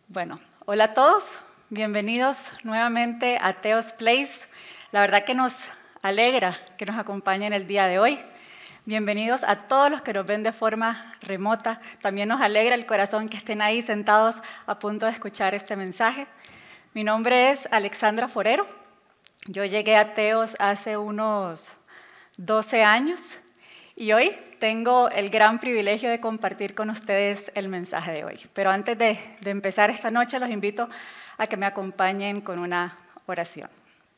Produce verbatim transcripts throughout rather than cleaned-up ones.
Bueno, hola a todos, bienvenidos nuevamente a Teos Place. La verdad que nos alegra que nos acompañen el día de hoy. Bienvenidos a todos los que nos ven de forma remota. También nos alegra el corazón que estén ahí sentados a punto de escuchar este mensaje. Mi nombre es Alexandra Forero. Yo llegué a Teos hace unos doce años y hoy tengo el gran privilegio de compartir con ustedes el mensaje de hoy. Pero antes de, de empezar esta noche, los invito a que me acompañen con una oración.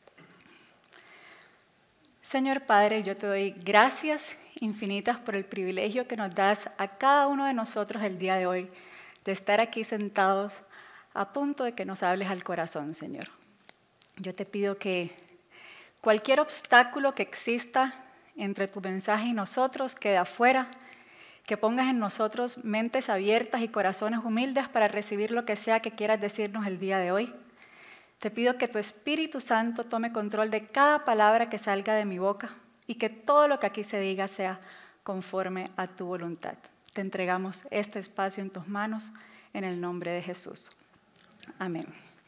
Señor Padre, yo te doy gracias infinitas por el privilegio que nos das a cada uno de nosotros el día de hoy, de estar aquí sentados a punto de que nos hables al corazón, Señor. Yo te pido que cualquier obstáculo que exista entre tu mensaje y nosotros quede afuera, que pongas en nosotros mentes abiertas y corazones humildes para recibir lo que sea que quieras decirnos el día de hoy. Te pido que tu Espíritu Santo tome control de cada palabra que salga de mi boca y que todo lo que aquí se diga sea conforme a tu voluntad. Te entregamos este espacio en tus manos en el nombre de Jesús. Amén.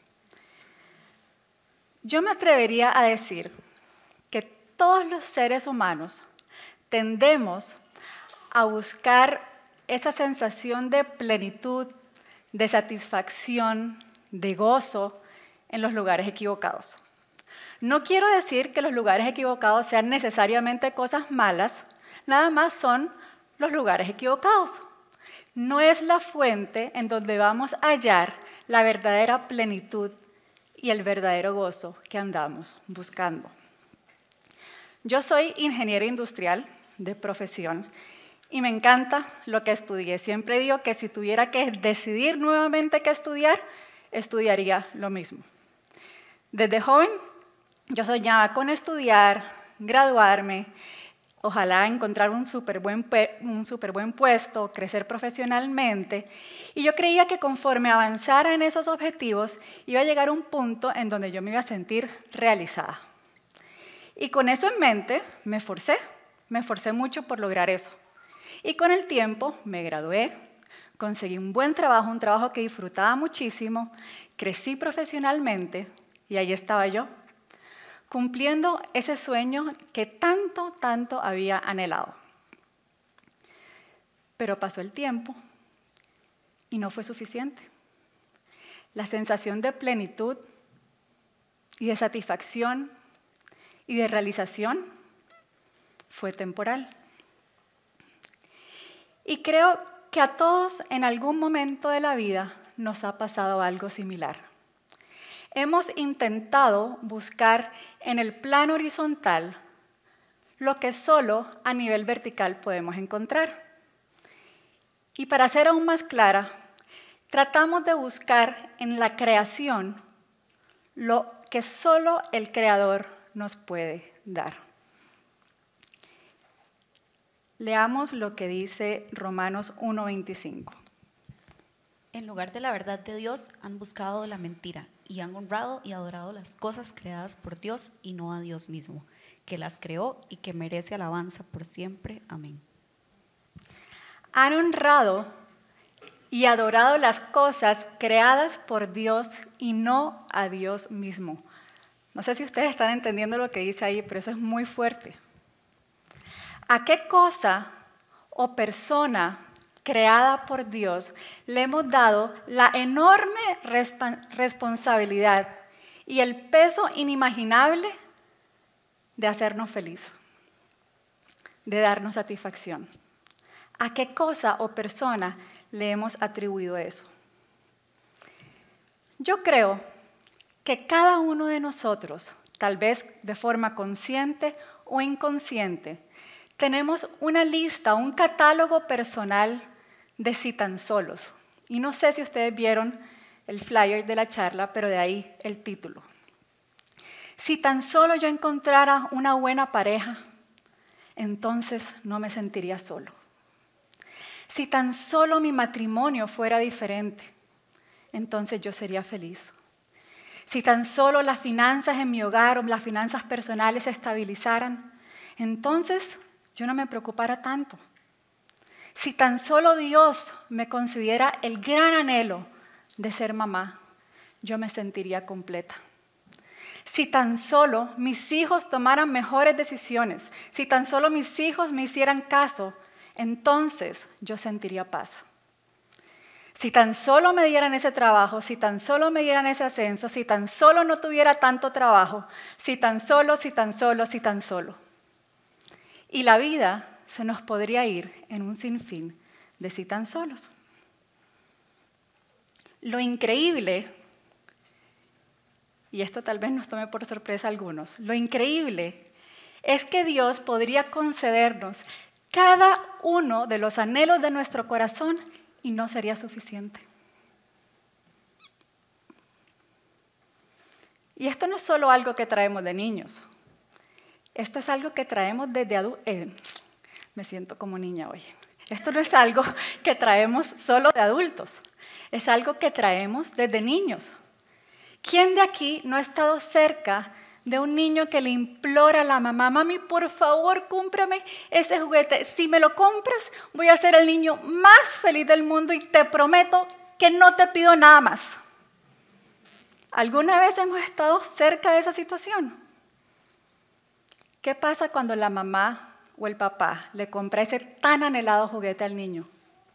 Yo me atrevería a decir que todos los seres humanos tendemos a buscar esa sensación de plenitud, de satisfacción, de gozo en los lugares equivocados. No quiero decir que los lugares equivocados sean necesariamente cosas malas, nada más son los lugares equivocados. No es la fuente en donde vamos a hallar la verdadera plenitud y el verdadero gozo que andamos buscando. Yo soy ingeniera industrial de profesión y me encanta lo que estudié. Siempre digo que si tuviera que decidir nuevamente qué estudiar, estudiaría lo mismo. Desde joven yo soñaba con estudiar, graduarme, ojalá encontrar un súper buen, un súper buen puesto, crecer profesionalmente. Y yo creía que conforme avanzara en esos objetivos, iba a llegar a un punto en donde yo me iba a sentir realizada. Y con eso en mente, me esforcé, me esforcé mucho por lograr eso. Y con el tiempo me gradué, conseguí un buen trabajo, un trabajo que disfrutaba muchísimo, crecí profesionalmente y ahí estaba yo, cumpliendo ese sueño que tanto, tanto había anhelado. Pero pasó el tiempo y no fue suficiente. La sensación de plenitud y de satisfacción y de realización fue temporal. Y creo que a todos en algún momento de la vida nos ha pasado algo similar. Hemos intentado buscar en el plano horizontal lo que solo a nivel vertical podemos encontrar. Y para ser aún más clara, tratamos de buscar en la creación lo que solo el Creador nos puede dar. Leamos lo que dice Romanos uno veinticinco. En lugar de la verdad de Dios han buscado la mentira y han honrado y adorado las cosas creadas por Dios y no a Dios mismo, que las creó y que merece alabanza por siempre. Amén. Han honrado y adorado las cosas creadas por Dios y no a Dios mismo. No sé si ustedes están entendiendo lo que dice ahí, pero eso es muy fuerte. ¿A qué cosa o persona creada por Dios le hemos dado la enorme resp- responsabilidad y el peso inimaginable de hacernos feliz, de darnos satisfacción? ¿A qué cosa o persona le hemos atribuido eso? Yo creo que cada uno de nosotros, tal vez de forma consciente o inconsciente, tenemos una lista, un catálogo personal de si tan solos. Y no sé si ustedes vieron el flyer de la charla, pero de ahí el título. Si tan solo yo encontrara una buena pareja, entonces no me sentiría solo. Si tan solo mi matrimonio fuera diferente, entonces yo sería feliz. Si tan solo las finanzas en mi hogar o las finanzas personales se estabilizaran, entonces yo no me preocupara tanto. Si tan solo Dios me concediera el gran anhelo de ser mamá, yo me sentiría completa. Si tan solo mis hijos tomaran mejores decisiones, si tan solo mis hijos me hicieran caso, entonces yo sentiría paz. Si tan solo me dieran ese trabajo, si tan solo me dieran ese ascenso, si tan solo no tuviera tanto trabajo, si tan solo, si tan solo, si tan solo. Y la vida se nos podría ir en un sinfín de si tan solos. Lo increíble, y esto tal vez nos tome por sorpresa a algunos, lo increíble es que Dios podría concedernos cada uno de los anhelos de nuestro corazón y no sería suficiente. Y esto no es solo algo que traemos de niños. Esto es algo que traemos desde adultos. Eh, me siento como niña hoy. Esto no es algo que traemos solo de adultos. Es algo que traemos desde niños. ¿Quién de aquí no ha estado cerca de un niño que le implora a la mamá, mami, por favor, cómprame ese juguete? Si me lo compras, voy a ser el niño más feliz del mundo y te prometo que no te pido nada más. ¿Alguna vez hemos estado cerca de esa situación? ¿Qué pasa cuando la mamá o el papá le compra ese tan anhelado juguete al niño?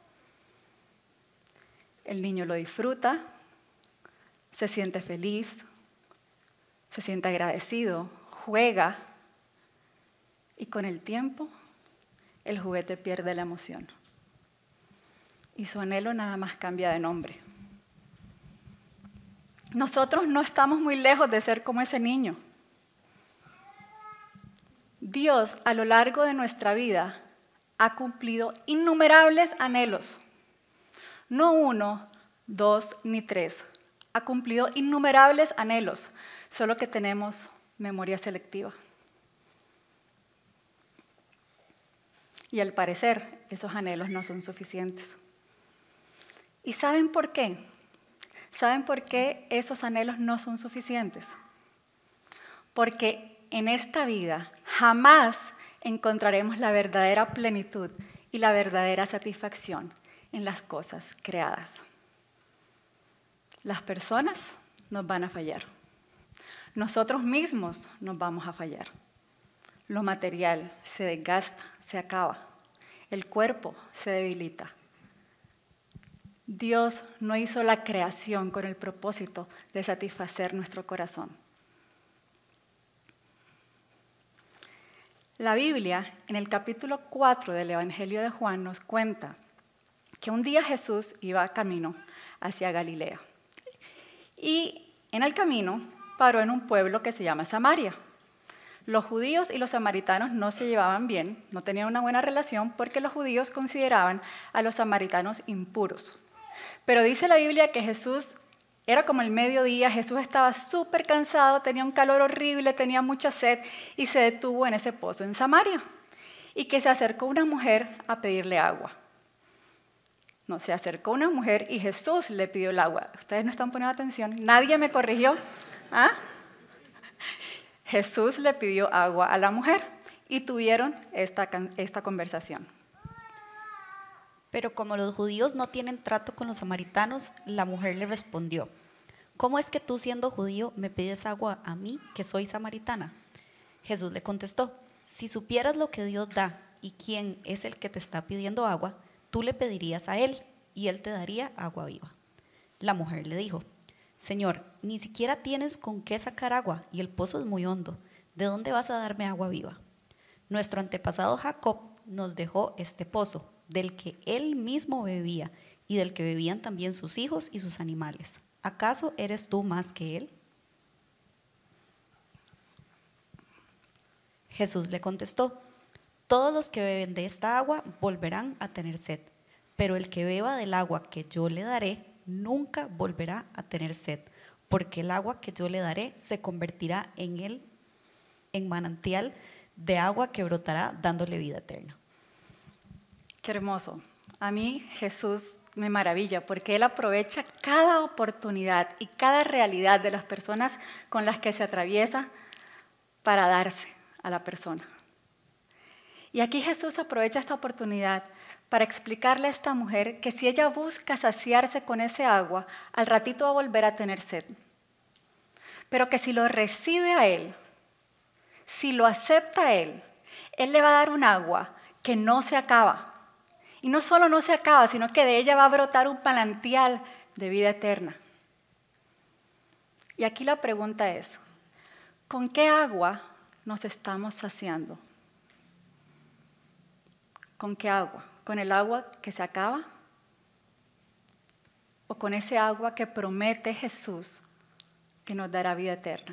El niño lo disfruta, se siente feliz, se siente agradecido, juega y con el tiempo el juguete pierde la emoción y su anhelo nada más cambia de nombre. Nosotros no estamos muy lejos de ser como ese niño. Dios a lo largo de nuestra vida ha cumplido innumerables anhelos. No uno, dos ni tres. Ha cumplido innumerables anhelos, solo que tenemos memoria selectiva. Y al parecer, esos anhelos no son suficientes. ¿Y saben por qué? ¿Saben por qué esos anhelos no son suficientes? Porque en esta vida jamás encontraremos la verdadera plenitud y la verdadera satisfacción en las cosas creadas. Las personas nos van a fallar. Nosotros mismos nos vamos a fallar. Lo material se desgasta, se acaba. El cuerpo se debilita. Dios no hizo la creación con el propósito de satisfacer nuestro corazón. La Biblia, en el capítulo cuatro del Evangelio de Juan, nos cuenta que un día Jesús iba camino hacia Galilea. Y en el camino paró en un pueblo que se llama Samaria. Los judíos y los samaritanos no se llevaban bien, no tenían una buena relación porque los judíos consideraban a los samaritanos impuros. Pero dice la Biblia que Jesús era como el mediodía, Jesús estaba súper cansado, tenía un calor horrible, tenía mucha sed y se detuvo en ese pozo en Samaria. Y que se acercó una mujer a pedirle agua. No, se acercó una mujer y Jesús le pidió el agua. Ustedes no están poniendo atención, nadie me corrigió. ¿Ah? Jesús le pidió agua a la mujer y tuvieron esta, esta conversación. Pero como los judíos no tienen trato con los samaritanos, la mujer le respondió, ¿cómo es que tú siendo judío me pides agua a mí que soy samaritana? Jesús le contestó, si supieras lo que Dios da y quién es el que te está pidiendo agua, tú le pedirías a él y él te daría agua viva. La mujer le dijo, Señor, ni siquiera tienes con qué sacar agua y el pozo es muy hondo. ¿De dónde vas a darme agua viva? Nuestro antepasado Jacob nos dejó este pozo, del que él mismo bebía y del que bebían también sus hijos y sus animales. ¿Acaso eres tú más que él? Jesús le contestó, todos los que beben de esta agua volverán a tener sed, pero el que beba del agua que yo le daré nunca volverá a tener sed, porque el agua que yo le daré se convertirá en él en manantial de agua que brotará dándole vida eterna. Qué hermoso. A mí Jesús me maravilla porque Él aprovecha cada oportunidad y cada realidad de las personas con las que se atraviesa para darse a la persona. Y aquí Jesús aprovecha esta oportunidad para explicarle a esta mujer que si ella busca saciarse con ese agua, al ratito va a volver a tener sed. Pero que si lo recibe a Él, si lo acepta a Él, Él le va a dar un agua que no se acaba. Y no solo no se acaba, sino que de ella va a brotar un manantial de vida eterna. Y aquí la pregunta es, ¿con qué agua nos estamos saciando? ¿Con qué agua? ¿Con el agua que se acaba? ¿O con ese agua que promete Jesús que nos dará vida eterna?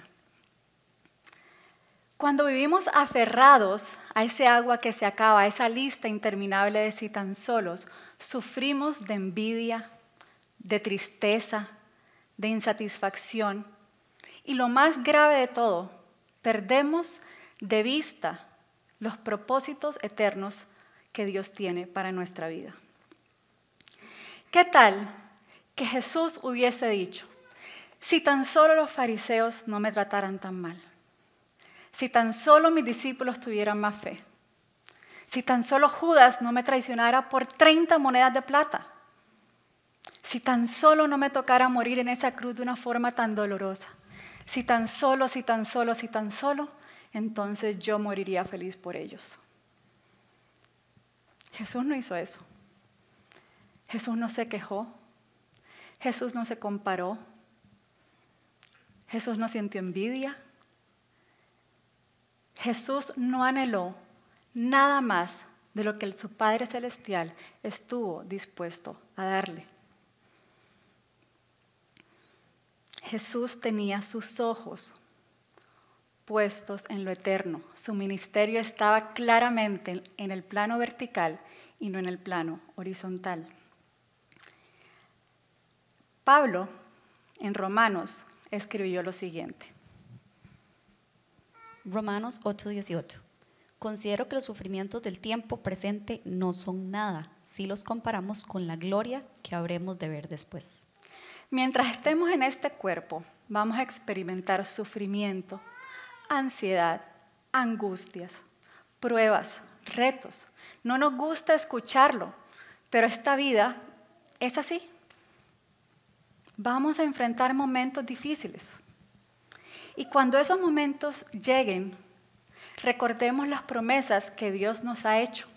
Cuando vivimos aferrados a ese agua que se acaba, a esa lista interminable de si tan solos, sufrimos de envidia, de tristeza, de insatisfacción. Y lo más grave de todo, perdemos de vista los propósitos eternos que Dios tiene para nuestra vida. ¿Qué tal que Jesús hubiese dicho, si tan solo los fariseos no me trataran tan mal? Si tan solo mis discípulos tuvieran más fe. Si tan solo Judas no me traicionara por treinta monedas de plata. Si tan solo no me tocara morir en esa cruz de una forma tan dolorosa. Si tan solo, si tan solo, si tan solo, entonces yo moriría feliz por ellos. Jesús no hizo eso. Jesús no se quejó. Jesús no se comparó. Jesús no sintió envidia. Jesús no anheló nada más de lo que su Padre Celestial estuvo dispuesto a darle. Jesús tenía sus ojos puestos en lo eterno. Su ministerio estaba claramente en el plano vertical y no en el plano horizontal. Pablo, en Romanos, escribió lo siguiente. Romanos ocho dieciocho. Considero que los sufrimientos del tiempo presente no son nada si los comparamos con la gloria que habremos de ver después. Mientras estemos en este cuerpo, vamos a experimentar sufrimiento, ansiedad, angustias, pruebas, retos. No nos gusta escucharlo, pero esta vida es así. Vamos a enfrentar momentos difíciles. Y cuando esos momentos lleguen, recordemos las promesas que Dios nos ha hecho.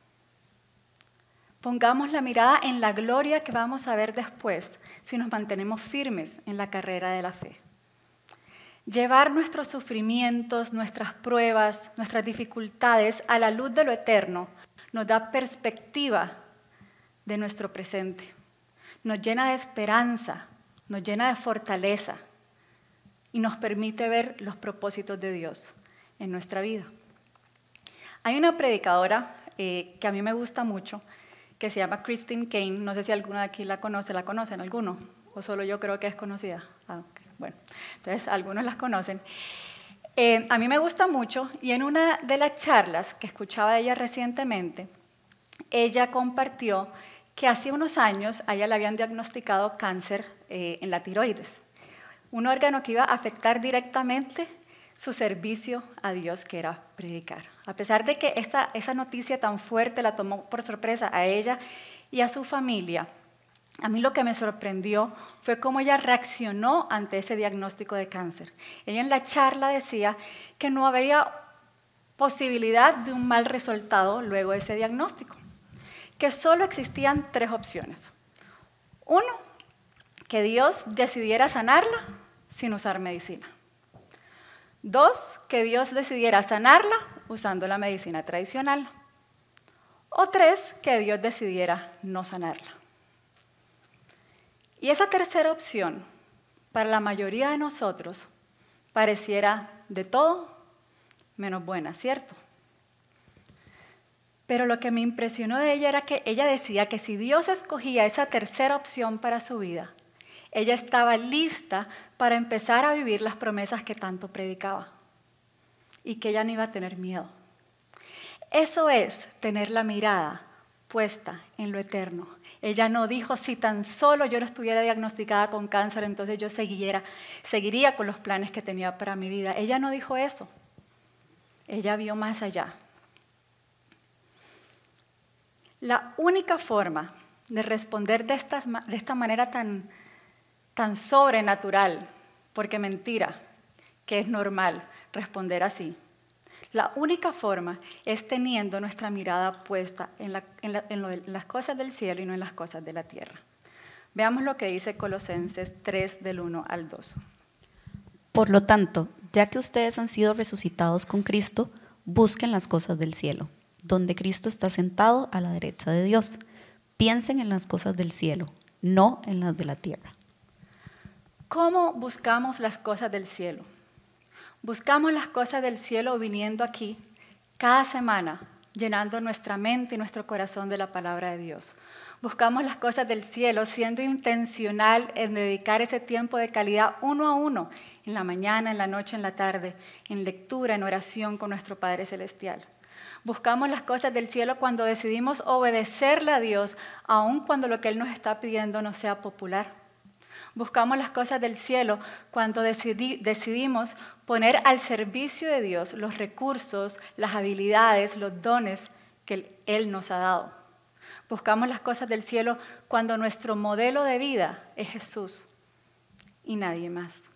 Pongamos la mirada en la gloria que vamos a ver después si nos mantenemos firmes en la carrera de la fe. Llevar nuestros sufrimientos, nuestras pruebas, nuestras dificultades a la luz de lo eterno nos da perspectiva de nuestro presente. Nos llena de esperanza, nos llena de fortaleza. Y nos permite ver los propósitos de Dios en nuestra vida. Hay una predicadora eh, que a mí me gusta mucho, que se llama Christine Caine. No sé si alguno de aquí la conoce, ¿la conocen alguno? ¿O solo yo creo que es conocida? Ah, okay. Bueno, entonces algunos las conocen. Eh, a mí me gusta mucho y en una de las charlas que escuchaba de ella recientemente, ella compartió que hace unos años a ella le habían diagnosticado cáncer eh, en la tiroides. Un órgano que iba a afectar directamente su servicio a Dios, que era predicar. A pesar de que esta, esa noticia tan fuerte la tomó por sorpresa a ella y a su familia, a mí lo que me sorprendió fue cómo ella reaccionó ante ese diagnóstico de cáncer. Ella en la charla decía que no había posibilidad de un mal resultado luego de ese diagnóstico, que solo existían tres opciones. Uno, que Dios decidiera sanarla sin usar medicina. Dos, que Dios decidiera sanarla usando la medicina tradicional. O tres, que Dios decidiera no sanarla. Y esa tercera opción, para la mayoría de nosotros, pareciera de todo menos buena, ¿cierto? Pero lo que me impresionó de ella era que ella decía que si Dios escogía esa tercera opción para su vida, ella estaba lista para empezar a vivir las promesas que tanto predicaba y que ella no iba a tener miedo. Eso es tener la mirada puesta en lo eterno. Ella no dijo, si tan solo yo no estuviera diagnosticada con cáncer, entonces yo seguiría, seguiría con los planes que tenía para mi vida. Ella no dijo eso. Ella vio más allá. La única forma de responder de esta, de esta manera tan, tan sobrenatural, porque mentira, que es normal responder así, la única forma es teniendo nuestra mirada puesta en, la, en, la, en, lo de, en las cosas del cielo y no en las cosas de la tierra. Veamos lo que dice Colosenses tres, del uno al dos. Por lo tanto, ya que ustedes han sido resucitados con Cristo, busquen las cosas del cielo, donde Cristo está sentado a la derecha de Dios. Piensen en las cosas del cielo, no en las de la tierra. ¿Cómo buscamos las cosas del cielo? Buscamos las cosas del cielo viniendo aquí cada semana, llenando nuestra mente y nuestro corazón de la palabra de Dios. Buscamos las cosas del cielo siendo intencional en dedicar ese tiempo de calidad uno a uno, en la mañana, en la noche, en la tarde, en lectura, en oración con nuestro Padre Celestial. Buscamos las cosas del cielo cuando decidimos obedecerle a Dios, aun cuando lo que Él nos está pidiendo no sea popular. Buscamos las cosas del cielo cuando decidi- decidimos poner al servicio de Dios los recursos, las habilidades, los dones que Él nos ha dado. Buscamos las cosas del cielo cuando nuestro modelo de vida es Jesús y nadie más.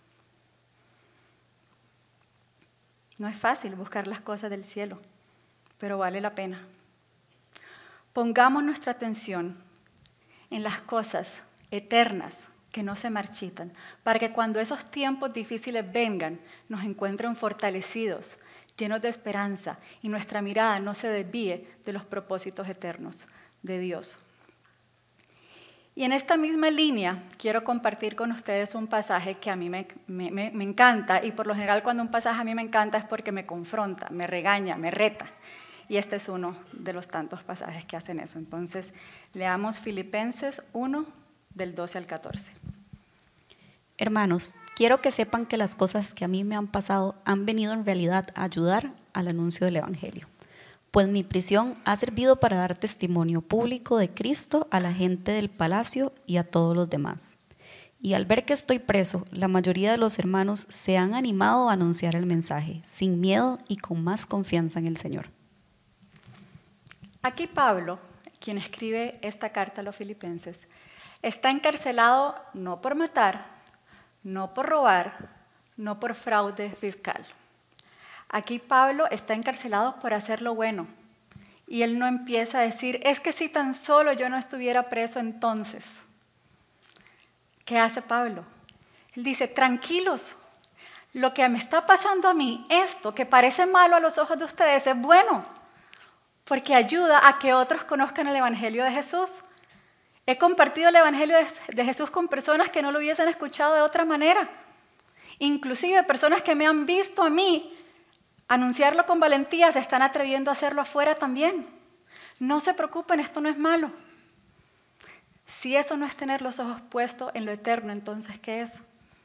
No es fácil buscar las cosas del cielo, pero vale la pena. Pongamos nuestra atención en las cosas eternas que no se marchitan, para que cuando esos tiempos difíciles vengan, nos encuentren fortalecidos, llenos de esperanza, y nuestra mirada no se desvíe de los propósitos eternos de Dios. Y en esta misma línea quiero compartir con ustedes un pasaje que a mí me, me, me encanta, y por lo general cuando un pasaje a mí me encanta es porque me confronta, me regaña, me reta. Y este es uno de los tantos pasajes que hacen eso. Entonces, leamos Filipenses uno, del doce al catorce. Hermanos, quiero que sepan que las cosas que a mí me han pasado han venido en realidad a ayudar al anuncio del Evangelio. Pues mi prisión ha servido para dar testimonio público de Cristo a la gente del palacio y a todos los demás. Y al ver que estoy preso, la mayoría de los hermanos se han animado a anunciar el mensaje, sin miedo y con más confianza en el Señor. Aquí Pablo, quien escribe esta carta a los filipenses, está encarcelado no por matar, no por robar, no por fraude fiscal. Aquí Pablo está encarcelado por hacer lo bueno. Y él no empieza a decir, es que si tan solo yo no estuviera preso entonces. ¿Qué hace Pablo? Él dice, tranquilos, lo que me está pasando a mí, esto que parece malo a los ojos de ustedes, es bueno, porque ayuda a que otros conozcan el Evangelio de Jesús. He compartido el Evangelio de Jesús con personas que no lo hubiesen escuchado de otra manera. Inclusive personas que me han visto a mí anunciarlo con valentía se están atreviendo a hacerlo afuera también. No se preocupen, esto no es malo. Si eso no es tener los ojos puestos en lo eterno, entonces, ¿qué es?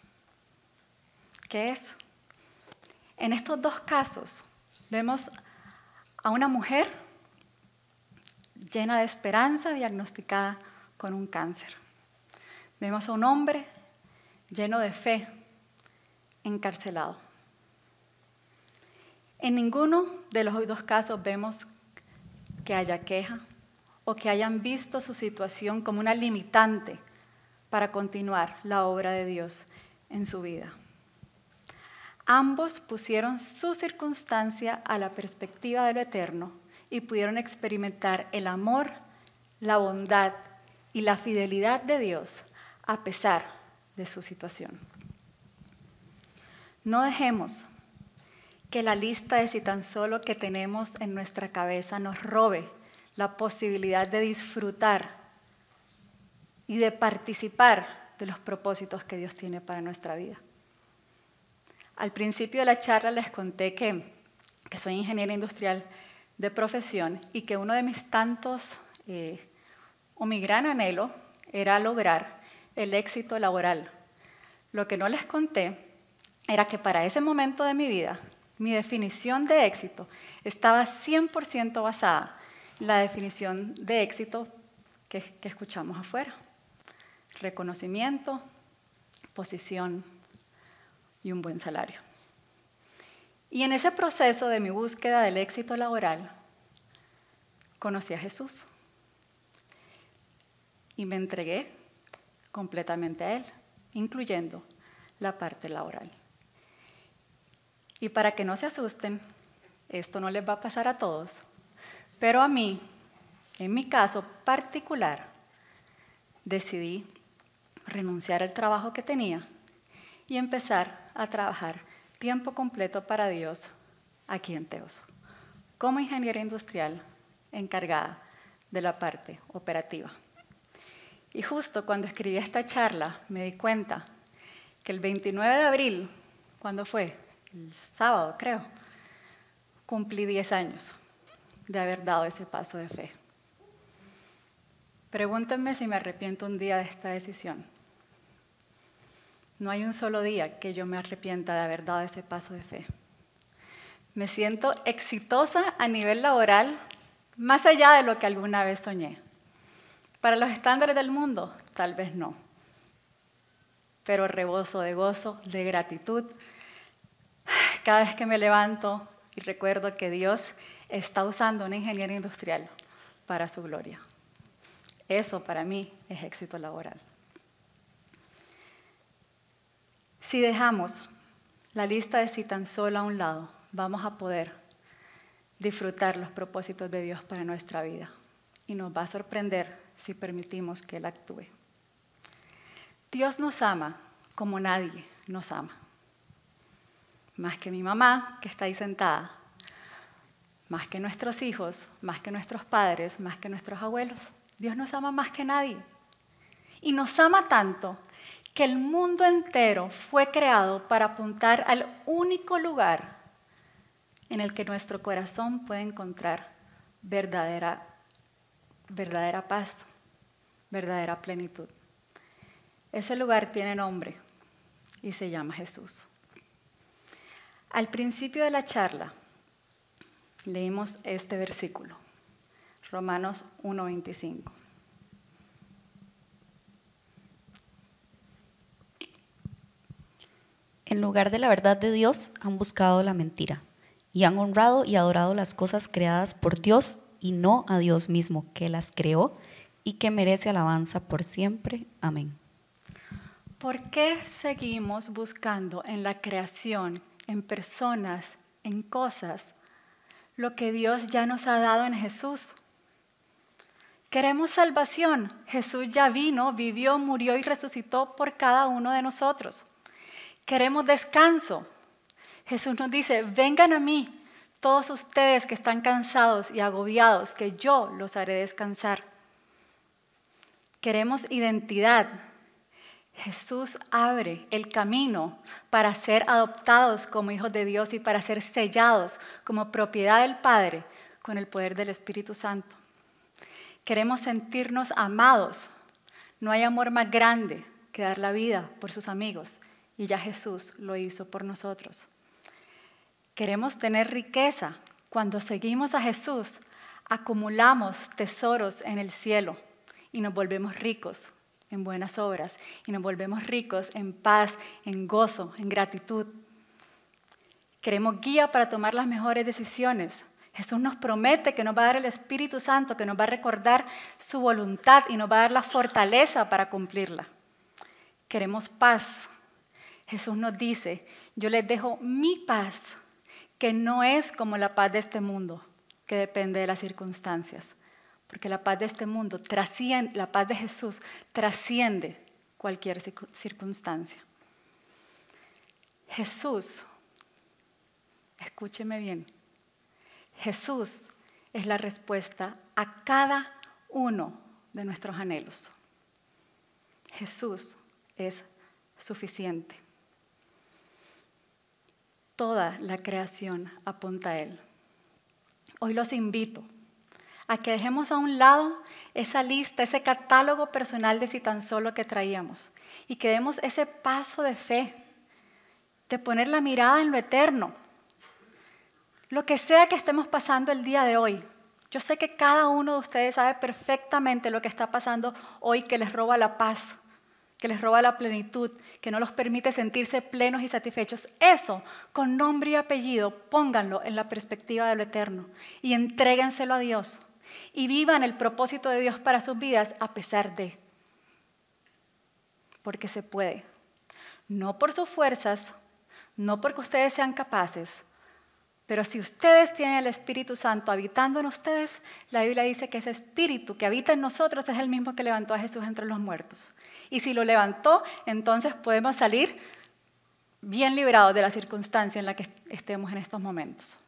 ¿Qué es? En estos dos casos vemos a una mujer llena de esperanza, diagnosticada con un cáncer. Vemos a un hombre lleno de fe, encarcelado. En ninguno de los dos casos vemos que haya queja o que hayan visto su situación como una limitante para continuar la obra de Dios en su vida. Ambos pusieron su circunstancia a la perspectiva de lo eterno y pudieron experimentar el amor, la bondad y la fidelidad de Dios a pesar de su situación. No dejemos que la lista de si tan solo que tenemos en nuestra cabeza nos robe la posibilidad de disfrutar y de participar de los propósitos que Dios tiene para nuestra vida. Al principio de la charla les conté que, que soy ingeniera industrial de profesión y que uno de mis tantos, eh, o mi gran anhelo, era lograr el éxito laboral. Lo que no les conté era que para ese momento de mi vida, mi definición de éxito estaba cien por ciento basada en la definición de éxito que, que escuchamos afuera. Reconocimiento, posición y un buen salario. Y en ese proceso de mi búsqueda del éxito laboral, conocí a Jesús. y me entregué completamente a Él, incluyendo la parte laboral. Y para que no se asusten, esto no les va a pasar a todos, pero a mí, en mi caso particular, decidí renunciar al trabajo que tenía y empezar a trabajar tiempo completo para Dios aquí en Teos, como ingeniera industrial encargada de la parte operativa. Y justo cuando escribí esta charla me di cuenta que el veintinueve de abril, ¿cuándo fue? El sábado, creo, cumplí diez años de haber dado ese paso de fe. Pregúntenme si me arrepiento un día de esta decisión. No hay un solo día que yo me arrepienta de haber dado ese paso de fe. Me siento exitosa a nivel laboral, más allá de lo que alguna vez soñé. Para los estándares del mundo, tal vez no. Pero reboso de gozo, de gratitud, cada vez que me levanto y recuerdo que Dios está usando una ingeniera industrial para su gloria. Eso para mí es éxito laboral. Si dejamos la lista de si tan solo a un lado, vamos a poder disfrutar los propósitos de Dios para nuestra vida. Y nos va a sorprender si permitimos que Él actúe. Dios nos ama como nadie nos ama. Más que mi mamá, que está ahí sentada. Más que nuestros hijos, más que nuestros padres, más que nuestros abuelos. Dios nos ama más que nadie. Y nos ama tanto que el mundo entero fue creado para apuntar al único lugar en el que nuestro corazón puede encontrar verdadera, verdadera paz, verdadera plenitud. Ese lugar tiene nombre y se llama Jesús. Al principio de la charla leímos este versículo, Romanos uno veinticinco. En lugar de la verdad de Dios, han buscado la mentira y han honrado y adorado las cosas creadas por Dios y no a Dios mismo, que las creó y que merece alabanza por siempre. Amén. ¿Por qué seguimos buscando en la creación, en personas, en cosas, lo que Dios ya nos ha dado en Jesús? Queremos salvación. Jesús ya vino, vivió, murió y resucitó por cada uno de nosotros. Queremos descanso. Jesús nos dice, vengan a mí, todos ustedes que están cansados y agobiados, que yo los haré descansar. Queremos identidad. Jesús abre el camino para ser adoptados como hijos de Dios y para ser sellados como propiedad del Padre con el poder del Espíritu Santo. Queremos sentirnos amados. No hay amor más grande que dar la vida por sus amigos y ya Jesús lo hizo por nosotros. Queremos tener riqueza. Cuando seguimos a Jesús, acumulamos tesoros en el cielo y nos volvemos ricos en buenas obras y nos volvemos ricos en paz, en gozo, en gratitud. Queremos guía para tomar las mejores decisiones. Jesús nos promete que nos va a dar el Espíritu Santo, que nos va a recordar su voluntad y nos va a dar la fortaleza para cumplirla. Queremos paz. Jesús nos dice, yo les dejo mi paz, que no es como la paz de este mundo, que depende de las circunstancias. Porque la paz de este mundo trasciende, la paz de Jesús trasciende cualquier circunstancia. Jesús, escúcheme bien, Jesús es la respuesta a cada uno de nuestros anhelos. Jesús es suficiente. Toda la creación apunta a Él. Hoy los invito a que dejemos a un lado esa lista, ese catálogo personal de si tan solo que traíamos y que demos ese paso de fe, de poner la mirada en lo eterno. Lo que sea que estemos pasando el día de hoy, yo sé que cada uno de ustedes sabe perfectamente lo que está pasando hoy que les roba la paz, que les roba la plenitud, que no los permite sentirse plenos y satisfechos. Eso, con nombre y apellido, pónganlo en la perspectiva de lo eterno y entréguenselo a Dios. Y vivan el propósito de Dios para sus vidas a pesar de. porque se puede. No por sus fuerzas, no porque ustedes sean capaces, pero si ustedes tienen el Espíritu Santo habitando en ustedes, la Biblia dice que ese Espíritu que habita en nosotros es el mismo que levantó a Jesús entre los muertos. Y si lo levantó, entonces podemos salir bien librados de la circunstancia en la que estemos en estos momentos.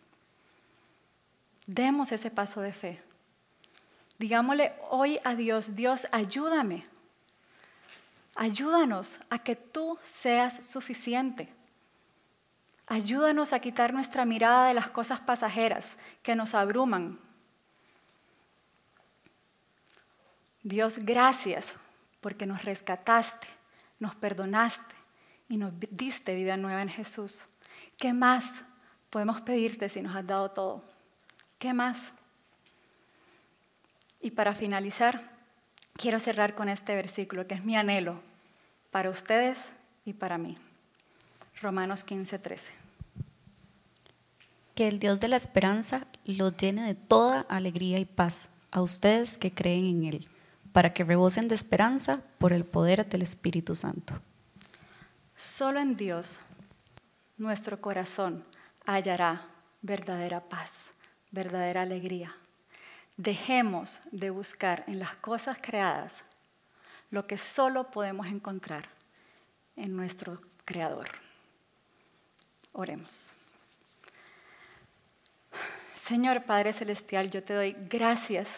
Demos ese paso de fe. Digámosle hoy a Dios, Dios, ayúdame. Ayúdanos a que tú seas suficiente. Ayúdanos a quitar nuestra mirada de las cosas pasajeras que nos abruman. Dios, gracias porque nos rescataste, nos perdonaste y nos diste vida nueva en Jesús. ¿Qué más podemos pedirte si nos has dado todo? ¿Qué más? Y para finalizar, quiero cerrar con este versículo que es mi anhelo para ustedes y para mí. Romanos quince, trece. Que el Dios de la esperanza los llene de toda alegría y paz a ustedes que creen en Él, para que rebosen de esperanza por el poder del Espíritu Santo. Solo en Dios nuestro corazón hallará verdadera paz, verdadera alegría. Dejemos de buscar en las cosas creadas lo que solo podemos encontrar en nuestro Creador. Oremos. Señor Padre Celestial, yo te doy gracias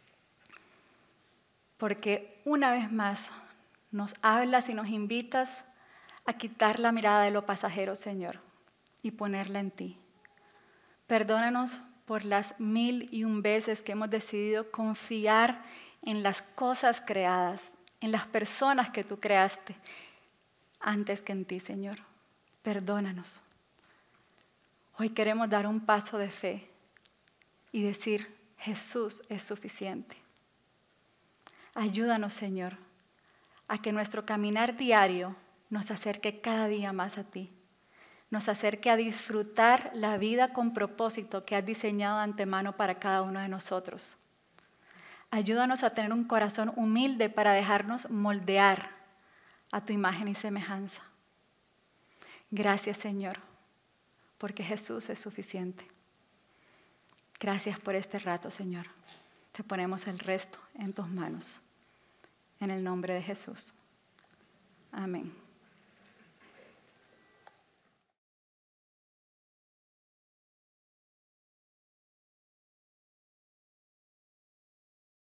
porque una vez más nos hablas y nos invitas a quitar la mirada de lo pasajero, Señor, y ponerla en ti. Perdónanos por las mil y un veces que hemos decidido confiar en las cosas creadas, en las personas que tú creaste, antes que en ti, Señor. Perdónanos. Hoy queremos dar un paso de fe y decir, Jesús es suficiente. Ayúdanos, Señor, a que nuestro caminar diario nos acerque cada día más a ti. Nos acerque a disfrutar la vida con propósito que has diseñado de antemano para cada uno de nosotros. Ayúdanos a tener un corazón humilde para dejarnos moldear a tu imagen y semejanza. Gracias, Señor, porque Jesús es suficiente. Gracias por este rato, Señor. Te ponemos el resto en tus manos. En el nombre de Jesús. Amén.